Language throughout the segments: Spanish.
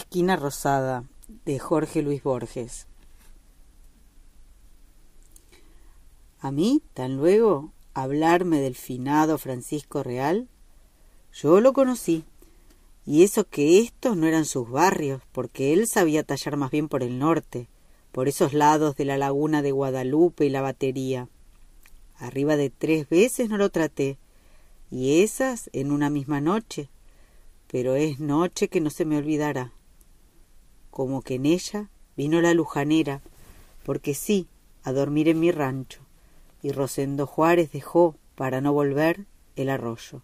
esquina rosada, de Jorge Luis Borges. A mí, tan luego, hablarme del finado Francisco Real, yo lo conocí, y eso que estos no eran sus barrios, porque él sabía tallar más bien por el norte, por esos lados de la laguna de Guadalupe y la Batería. Arriba de 3 veces no lo traté, y esas en una misma noche, pero es noche que no se me olvidará. Como que en ella vino la lujanera, porque sí, a dormir en mi rancho, y Rosendo Juárez dejó, para no volver, el arroyo.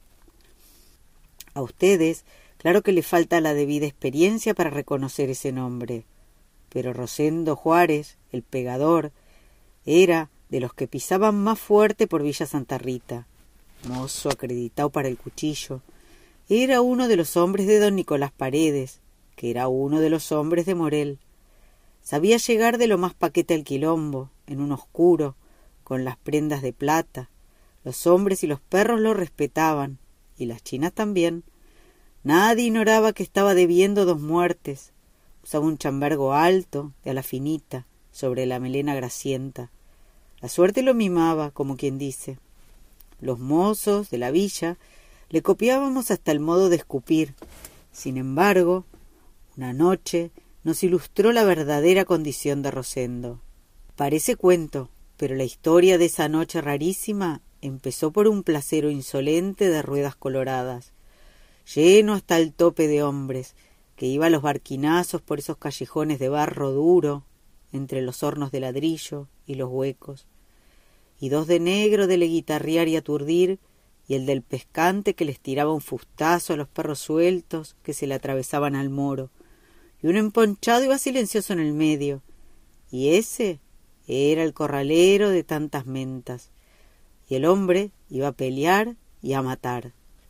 A ustedes, claro que le falta la debida experiencia para reconocer ese nombre, pero Rosendo Juárez, el pegador, era de los que pisaban más fuerte por Villa Santa Rita, mozo acreditado para el cuchillo. Era uno de los hombres de don Nicolás Paredes, que era uno de los hombres de Morel. Sabía llegar de lo más paquete al quilombo, en un oscuro, con las prendas de plata. Los hombres y los perros lo respetaban, y las chinas también. Nadie ignoraba que estaba debiendo 2 muertes. Usaba un chambergo alto, de ala finita, sobre la melena grasienta. La suerte lo mimaba, como quien dice. Los mozos de la villa le copiábamos hasta el modo de escupir. Sin embargo, una noche nos ilustró la verdadera condición de Rosendo. Parece cuento, pero la historia de esa noche rarísima empezó por un placero insolente de ruedas coloradas, lleno hasta el tope de hombres, que iba a los barquinazos por esos callejones de barro duro, entre los hornos de ladrillo y los huecos, y 2 de negro de le guitarrear y aturdir, y el del pescante que les tiraba un fustazo a los perros sueltos que se le atravesaban al moro, y uno emponchado iba silencioso en el medio, y ese era el corralero de tantas mentas, y el hombre iba a pelear y a matar.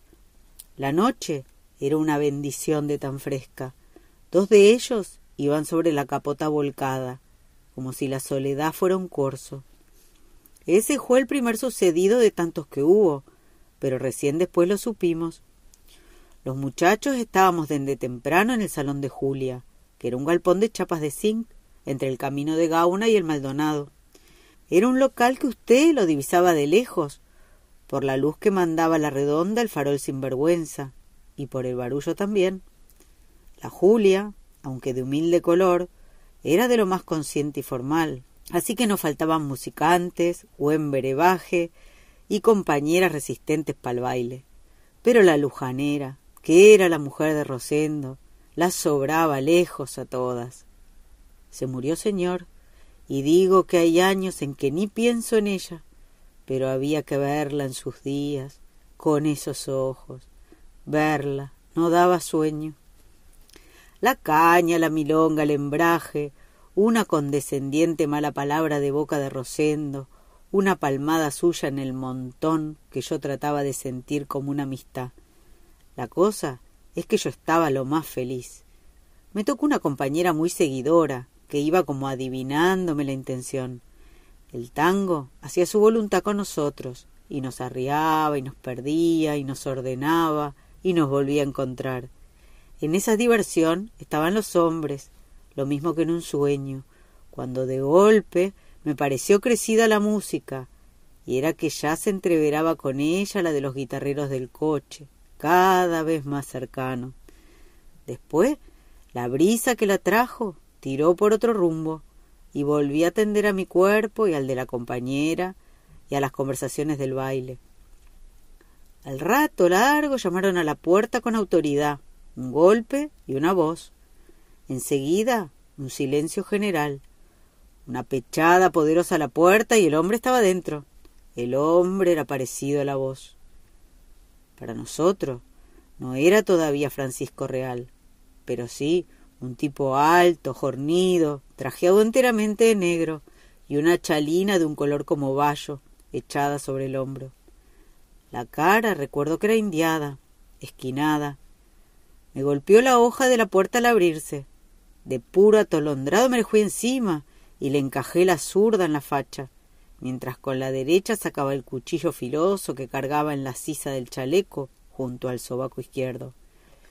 La noche era una bendición de tan fresca. 2 de ellos iban sobre la capota volcada, como si la soledad fuera un corso. Ese fue el primer sucedido de tantos que hubo, pero recién después lo supimos. Los muchachos estábamos desde temprano en el salón de Julia, que era un galpón de chapas de zinc, entre el camino de Gauna y el Maldonado. Era un local que usted lo divisaba de lejos, por la luz que mandaba la redonda el farol sinvergüenza, y por el barullo también. La Julia, aunque de humilde color, era de lo más consciente y formal, así que no faltaban musicantes, buen brebaje y compañeras resistentes pa'l baile. Pero la lujanera, que era la mujer de Rosendo, la sobraba lejos a todas. Se murió, señor, y digo que hay años en que ni pienso en ella, pero había que verla en sus días, con esos ojos. Verla no daba sueño. La caña, la milonga, el embraje, una condescendiente mala palabra de boca de Rosendo, una palmada suya en el montón que yo trataba de sentir como una amistad. La cosa es que yo estaba lo más feliz. Me tocó una compañera muy seguidora, que iba como adivinándome la intención. El tango hacía su voluntad con nosotros, y nos arriaba, y nos perdía, y nos ordenaba, y nos volvía a encontrar. En esa diversión estaban los hombres, lo mismo que en un sueño, cuando de golpe me pareció crecida la música, y era que ya se entreveraba con ella la de los guitarreros del coche, cada vez más cercano. Después, la brisa que la trajo tiró por otro rumbo, y volví a atender a mi cuerpo y al de la compañera, y a las conversaciones del baile. Al rato largo llamaron a la puerta con autoridad, un golpe y una voz. Enseguida, un silencio general. Una pechada poderosa a la puerta y el hombre estaba dentro. El hombre era parecido a la voz. Para nosotros no era todavía Francisco Real, pero sí un tipo alto, jornido, trajeado enteramente de negro, y una chalina de un color como bayo, echada sobre el hombro. La cara recuerdo que era indiada, esquinada. Me golpeó la hoja de la puerta al abrirse. De puro atolondrado me le fui encima y le encajé la zurda en la facha, mientras con la derecha sacaba el cuchillo filoso que cargaba en la sisa del chaleco junto al sobaco izquierdo.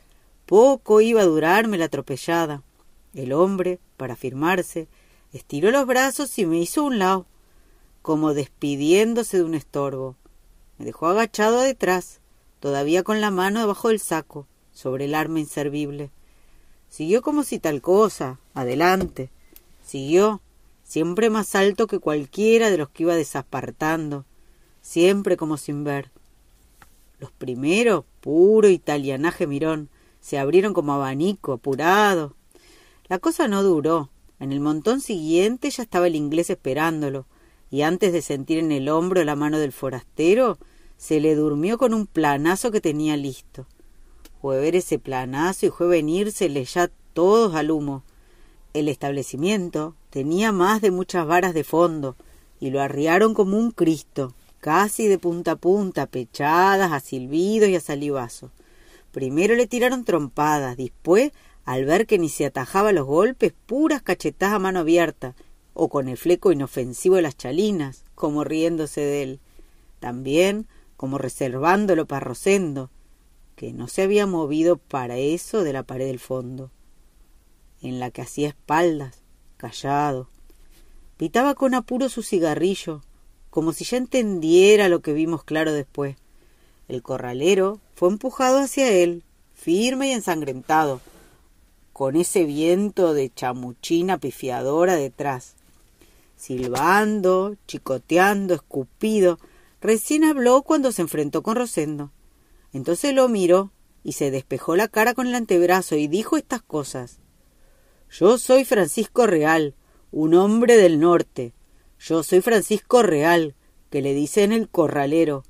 Poco iba a durarme la atropellada. El hombre, para afirmarse, estiró los brazos y me hizo a un lado, como despidiéndose de un estorbo. Me dejó agachado detrás, todavía con la mano debajo del saco, sobre el arma inservible. Siguió como si tal cosa, adelante. Siguió, siempre más alto que cualquiera de los que iba desapartando, siempre como sin ver. Los primeros, puro italianaje mirón, se abrieron como abanico, apurado. La cosa no duró. En el montón siguiente ya estaba el inglés esperándolo, y antes de sentir en el hombro la mano del forastero, se le durmió con un planazo que tenía listo. Fue ver ese planazo y fue venírsele ya todos al humo. El establecimiento tenía más de muchas varas de fondo, y lo arriaron como un Cristo, casi de punta a punta, pechadas, a silbidos y a salivazos. Primero le tiraron trompadas, después, al ver que ni se atajaba los golpes, puras cachetadas a mano abierta, o con el fleco inofensivo de las chalinas, como riéndose de él. También como reservándolo para Rosendo, que no se había movido para eso de la pared del fondo, en la que hacía espaldas, callado. Pitaba con apuro su cigarrillo, como si ya entendiera lo que vimos claro después. El corralero fue empujado hacia él, firme y ensangrentado, con ese viento de chamuchina pifiadora detrás. Silbando, chicoteando, escupido, recién habló cuando se enfrentó con Rosendo. Entonces lo miró y se despejó la cara con el antebrazo y dijo estas cosas. Yo soy Francisco Real, un hombre del norte. Yo soy Francisco Real, que le dicen el corralero.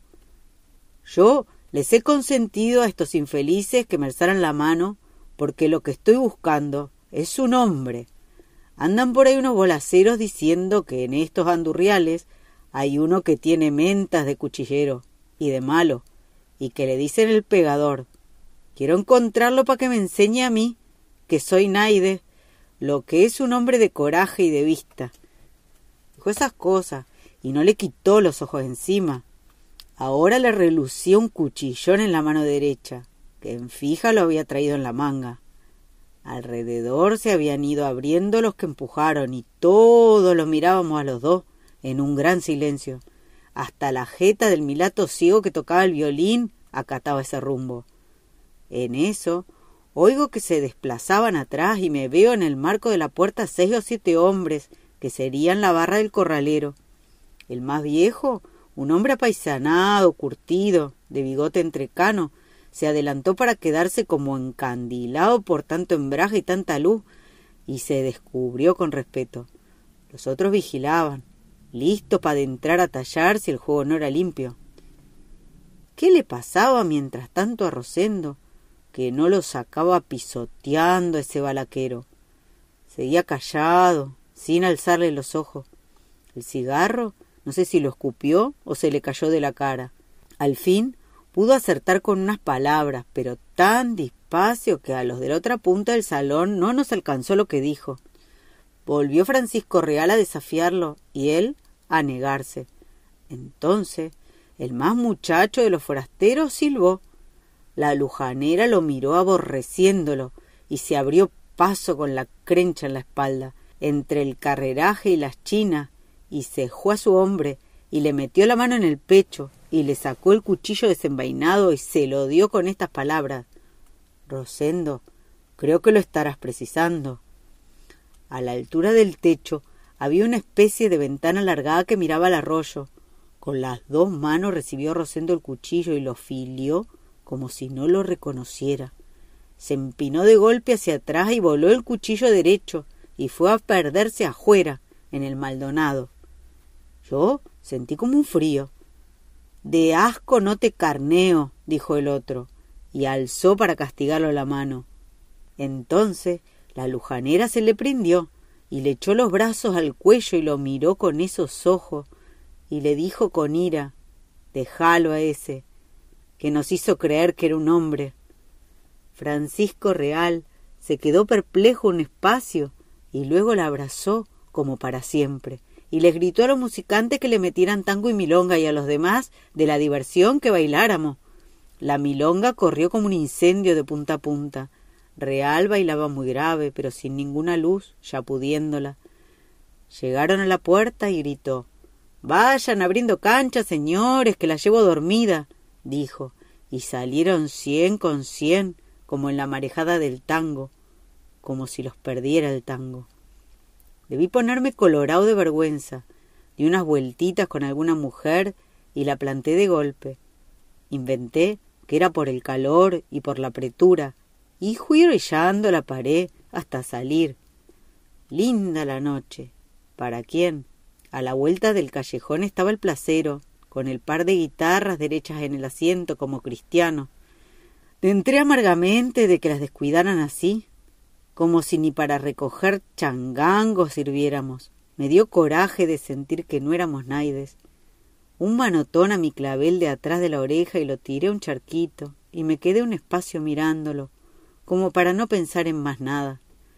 Yo les he consentido a estos infelices que me alzaran la mano porque lo que estoy buscando es un hombre. Andan por ahí unos bolaceros diciendo que en estos andurriales hay uno que tiene mentas de cuchillero y de malo, y que le dicen el pegador. Quiero encontrarlo para que me enseñe a mí, que soy naide, lo que es un hombre de coraje y de vista. Dijo esas cosas y no le quitó los ojos encima. Ahora le relucía un cuchillón en la mano derecha, que en fija lo había traído en la manga. Alrededor se habían ido abriendo los que empujaron y todos los mirábamos a los dos en un gran silencio. Hasta la jeta del mulato ciego que tocaba el violín acataba ese rumbo. En eso oigo que se desplazaban atrás y me veo en el marco de la puerta 6 o 7 hombres que serían la barra del corralero. El más viejo, un hombre apaisanado, curtido, de bigote entrecano, se adelantó para quedarse como encandilado por tanto embrague y tanta luz, y se descubrió con respeto. Los otros vigilaban, listos para adentrar a tallar si el juego no era limpio. ¿Qué le pasaba mientras tanto a Rosendo, que no lo sacaba pisoteando ese balaquero? Seguía callado, sin alzarle los ojos. El cigarro, no sé si lo escupió o se le cayó de la cara. Al fin pudo acertar con unas palabras, pero tan despacio que a los de la otra punta del salón no nos alcanzó lo que dijo. Volvió Francisco Real a desafiarlo y él a negarse. Entonces el más muchacho de los forasteros silbó. La lujanera lo miró aborreciéndolo y se abrió paso con la crencha en la espalda, entre el carreraje y las chinas, y cejó a su hombre y le metió la mano en el pecho y le sacó el cuchillo desenvainado y se lo dio con estas palabras. Rosendo, creo que lo estarás precisando. A la altura del techo había una especie de ventana alargada que miraba al arroyo. Con las 2 manos recibió Rosendo el cuchillo y lo filió como si no lo reconociera. Se empinó de golpe hacia atrás y voló el cuchillo derecho y fue a perderse afuera, en el Maldonado. Yo sentí como un frío. De asco no te carneo, dijo el otro, y alzó para castigarlo la mano. Entonces la lujanera se le prendió y le echó los brazos al cuello y lo miró con esos ojos y le dijo con ira, «Déjalo a ese, que nos hizo creer que era un hombre». Francisco Real se quedó perplejo un espacio y luego la abrazó como para siempre y les gritó a los musicantes que le metieran tango y milonga y a los demás de la diversión que bailáramos. La milonga corrió como un incendio de punta a punta. Real bailaba muy grave, pero sin ninguna luz, ya pudiéndola. Llegaron a la puerta y gritó: «Vayan abriendo cancha, señores, que la llevo dormida», dijo, y salieron 100 con 100, como en la marejada del tango, como si los perdiera el tango. Debí ponerme colorado de vergüenza. Di unas vueltitas con alguna mujer y la planté de golpe. Inventé que era por el calor y por la apretura, y fui rayando la pared hasta salir. Linda la noche. ¿Para quién? A la vuelta del callejón estaba el placero, con el par de guitarras derechas en el asiento como cristiano. Entré amargamente de que las descuidaran así, como si ni para recoger changangos sirviéramos. Me dio coraje de sentir que no éramos naides. Un manotón a mi clavel de atrás de la oreja y lo tiré a un charquito, y me quedé un espacio mirándolo, como para no pensar en más nada.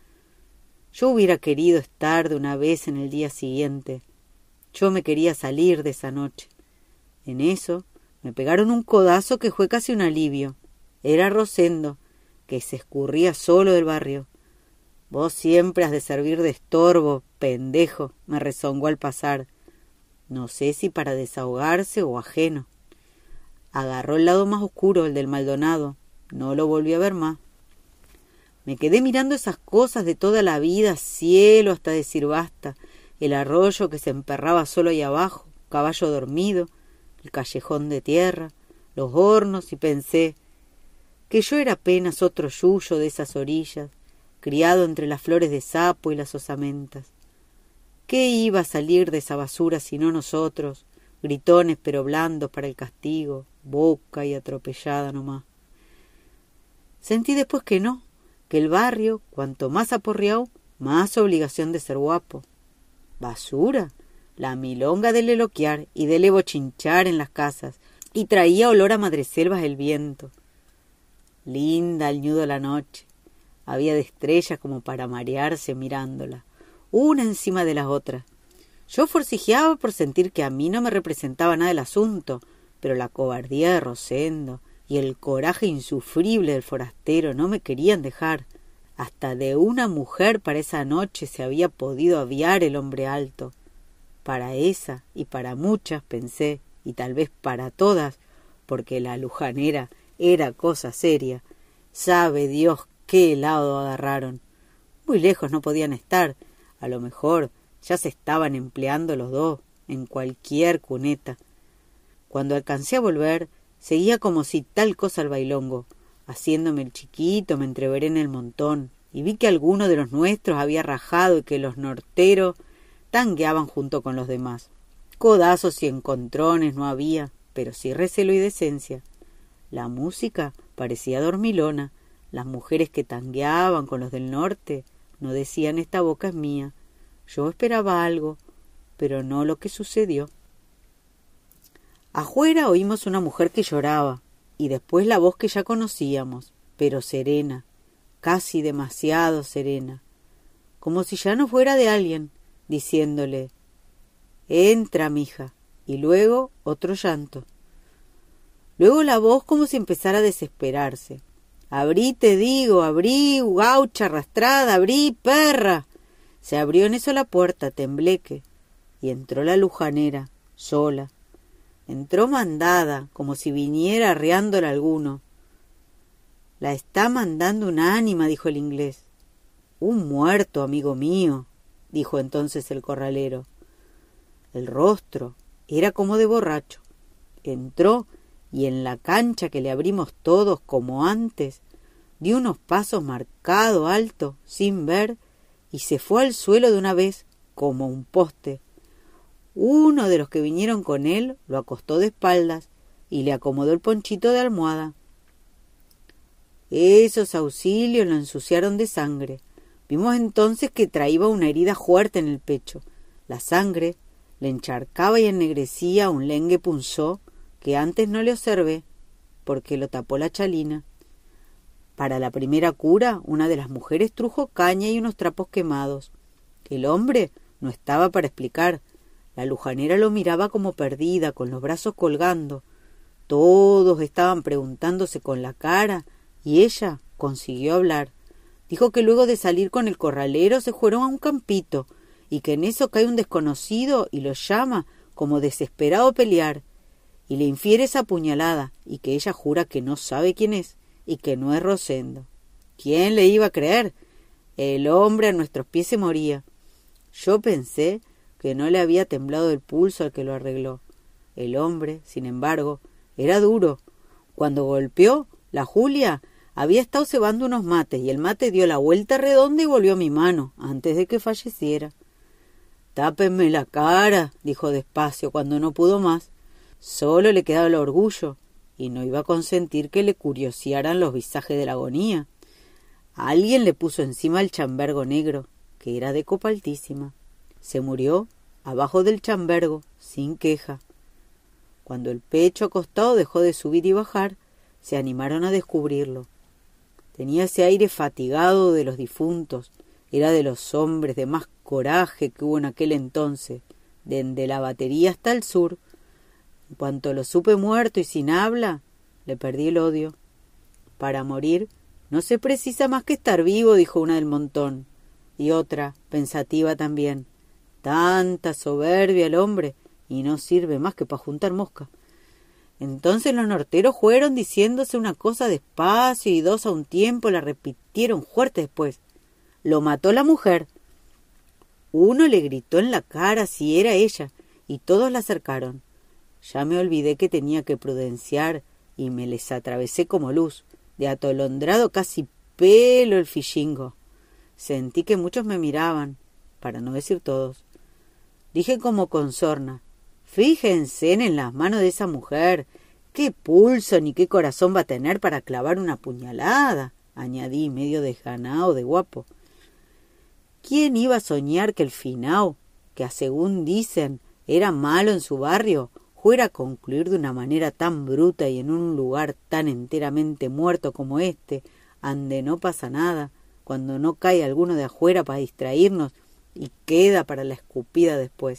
Yo hubiera querido estar de una vez en el día siguiente. Yo me quería salir de esa noche. En eso me pegaron un codazo que fue casi un alivio. Era Rosendo, que se escurría solo del barrio. «Vos siempre has de servir de estorbo, pendejo», me rezongó al pasar. No sé si para desahogarse o ajeno. Agarró el lado más oscuro, el del Maldonado. No lo volví a ver más. Me quedé mirando esas cosas de toda la vida, cielo hasta decir basta, el arroyo que se emperraba solo ahí abajo, caballo dormido, el callejón de tierra, los hornos, y pensé que yo era apenas otro yuyo de esas orillas, criado entre las flores de sapo y las osamentas. ¿Qué iba a salir de esa basura sino nosotros, gritones pero blandos para el castigo, boca y atropellada nomás? Sentí después que no, que el barrio, cuanto más aporreado, más obligación de ser guapo. ¿Basura? La milonga de leloquear y de bochinchar en las casas, y traía olor a madreselvas el viento. Linda al ñudo la noche. Había de estrellas como para marearse mirándola, una encima de las otras. Yo forcejeaba por sentir que a mí no me representaba nada el asunto, pero la cobardía de Rosendo y el coraje insufrible del forastero no me querían dejar. Hasta de una mujer para esa noche se había podido aviar el hombre alto. Para esa y para muchas, pensé, y tal vez para todas, porque la lujanera era cosa seria. Sabe Dios qué helado agarraron. Muy lejos no podían estar. A lo mejor ya se estaban empleando los dos en cualquier cuneta. Cuando alcancé a volver, seguía como si tal cosa al bailongo. Haciéndome el chiquito, me entreveré en el montón y vi que alguno de los nuestros había rajado y que los norteros tangueaban junto con los demás. Codazos y encontrones no había, pero sí recelo y decencia. La música parecía dormilona. Las mujeres que tangueaban con los del norte no decían «esta boca es mía». Yo esperaba algo, pero no lo que sucedió. Afuera oímos una mujer que lloraba, y después la voz que ya conocíamos, pero serena, casi demasiado serena, como si ya no fuera de alguien, diciéndole «entra, mija», y luego otro llanto. Luego la voz como si empezara a desesperarse. «Abrí, te digo, abrí, gaucha arrastrada, abrí, perra». Se abrió en eso la puerta, tembleque, y entró la lujanera, sola. Entró mandada, como si viniera arreándola alguno. «La está mandando un ánima», dijo el inglés. «Un muerto, amigo mío», dijo entonces el corralero. El rostro era como de borracho. Entró y en la cancha que le abrimos todos como antes, dio unos pasos marcado alto, sin ver, y se fue al suelo de una vez, como un poste. Uno de los que vinieron con él lo acostó de espaldas y le acomodó el ponchito de almohada. Esos auxilios lo ensuciaron de sangre. Vimos entonces que traía una herida fuerte en el pecho. La sangre le encharcaba y ennegrecía un lengue punzó que antes no le observé, porque lo tapó la chalina. Para la primera cura, una de las mujeres trujo caña y unos trapos quemados. El hombre no estaba para explicar. La lujanera lo miraba como perdida, con los brazos colgando. Todos estaban preguntándose con la cara, y ella consiguió hablar. Dijo que luego de salir con el corralero se fueron a un campito y que en eso cae un desconocido y los llama como desesperado a pelear y le infiere esa puñalada y que ella jura que no sabe quién es y que no es Rosendo. ¿Quién le iba a creer? El hombre a nuestros pies se moría. Yo pensé que no le había temblado el pulso al que lo arregló. El hombre, sin embargo, era duro. Cuando golpeó, la Julia había estado cebando unos mates y el mate dio la vuelta redonda y volvió a mi mano antes de que falleciera. «Tápenme la cara», dijo despacio cuando no pudo más. Solo le quedaba el orgullo y no iba a consentir que le curiosearan los visajes de la agonía. Alguien le puso encima el chambergo negro, que era de copa altísima. Se murió abajo del chambergo, sin queja. Cuando el pecho acostado dejó de subir y bajar, se animaron a descubrirlo. Tenía ese aire fatigado de los difuntos, era de los hombres de más coraje que hubo en aquel entonces, desde la batería hasta el sur. En cuanto lo supe muerto y sin habla, le perdí el odio. Para morir no se precisa más que estar vivo, dijo una del montón. Y otra, pensativa también. Tanta soberbia el hombre, y no sirve más que para juntar mosca. Entonces los norteros fueron diciéndose una cosa despacio y dos a un tiempo la repitieron fuerte después. Lo mató la mujer. Uno le gritó en la cara si era ella, y todos la acercaron. Ya me olvidé que tenía que prudenciar, y me les atravesé como luz, de atolondrado casi pelo el fichingo. Sentí que muchos me miraban, para no decir todos. Dije como con sorna, fíjense en las manos de esa mujer, qué pulso ni qué corazón va a tener para clavar una puñalada, añadí medio desganado de guapo. ¿Quién iba a soñar que el finao, que a según dicen era malo en su barrio, fuera a concluir de una manera tan bruta y en un lugar tan enteramente muerto como este, ande no pasa nada, cuando no cae alguno de afuera para distraernos y queda para la escupida después?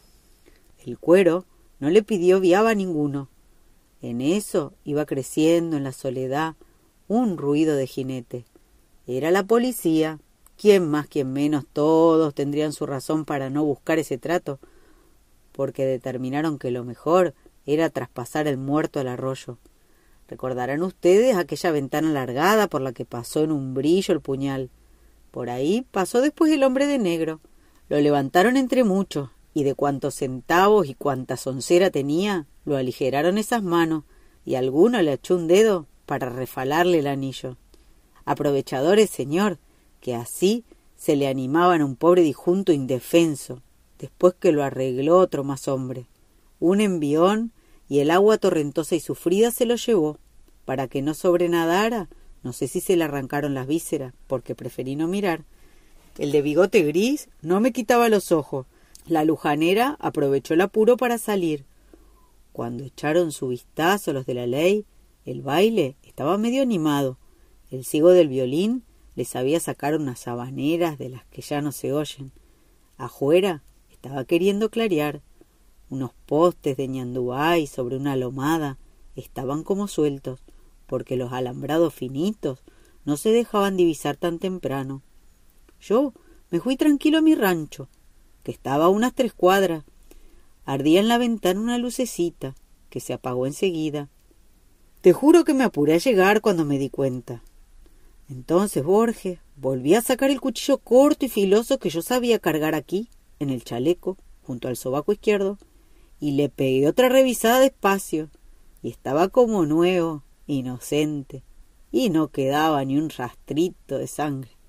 El cuero no le pidió viaba a ninguno. En eso iba creciendo en la soledad un ruido de jinete. Era la policía. Quién más, quién menos, todos tendrían su razón para no buscar ese trato, porque determinaron que lo mejor era traspasar el muerto al arroyo. Recordarán ustedes aquella ventana alargada por la que pasó en un brillo el puñal. Por ahí pasó después el hombre de negro. Lo levantaron entre muchos, y de cuantos centavos y cuanta soncera tenía, lo aligeraron esas manos, y alguno le echó un dedo para refalarle el anillo. Aprovechadores, señor, que así se le animaban a un pobre difunto indefenso, después que lo arregló otro más hombre. Un envión y el agua torrentosa y sufrida se lo llevó. Para que no sobrenadara, no sé si se le arrancaron las vísceras, porque preferí no mirar. El de bigote gris no me quitaba los ojos. La lujanera aprovechó el apuro para salir. Cuando echaron su vistazo los de la ley, el baile estaba medio animado. El ciego del violín les sabía sacar unas habaneras de las que ya no se oyen. Afuera estaba queriendo clarear. Unos postes de ñandubay sobre una lomada estaban como sueltos, porque los alambrados finitos no se dejaban divisar tan temprano. Yo me fui tranquilo a mi rancho, que estaba a unas 3 cuadras. Ardía en la ventana una lucecita, que se apagó enseguida. Te juro que me apuré a llegar cuando me di cuenta. Entonces Borges volví a sacar el cuchillo corto y filoso que yo sabía cargar aquí, en el chaleco, junto al sobaco izquierdo, y le pegué otra revisada despacio, y estaba como nuevo, inocente, y no quedaba ni un rastrito de sangre.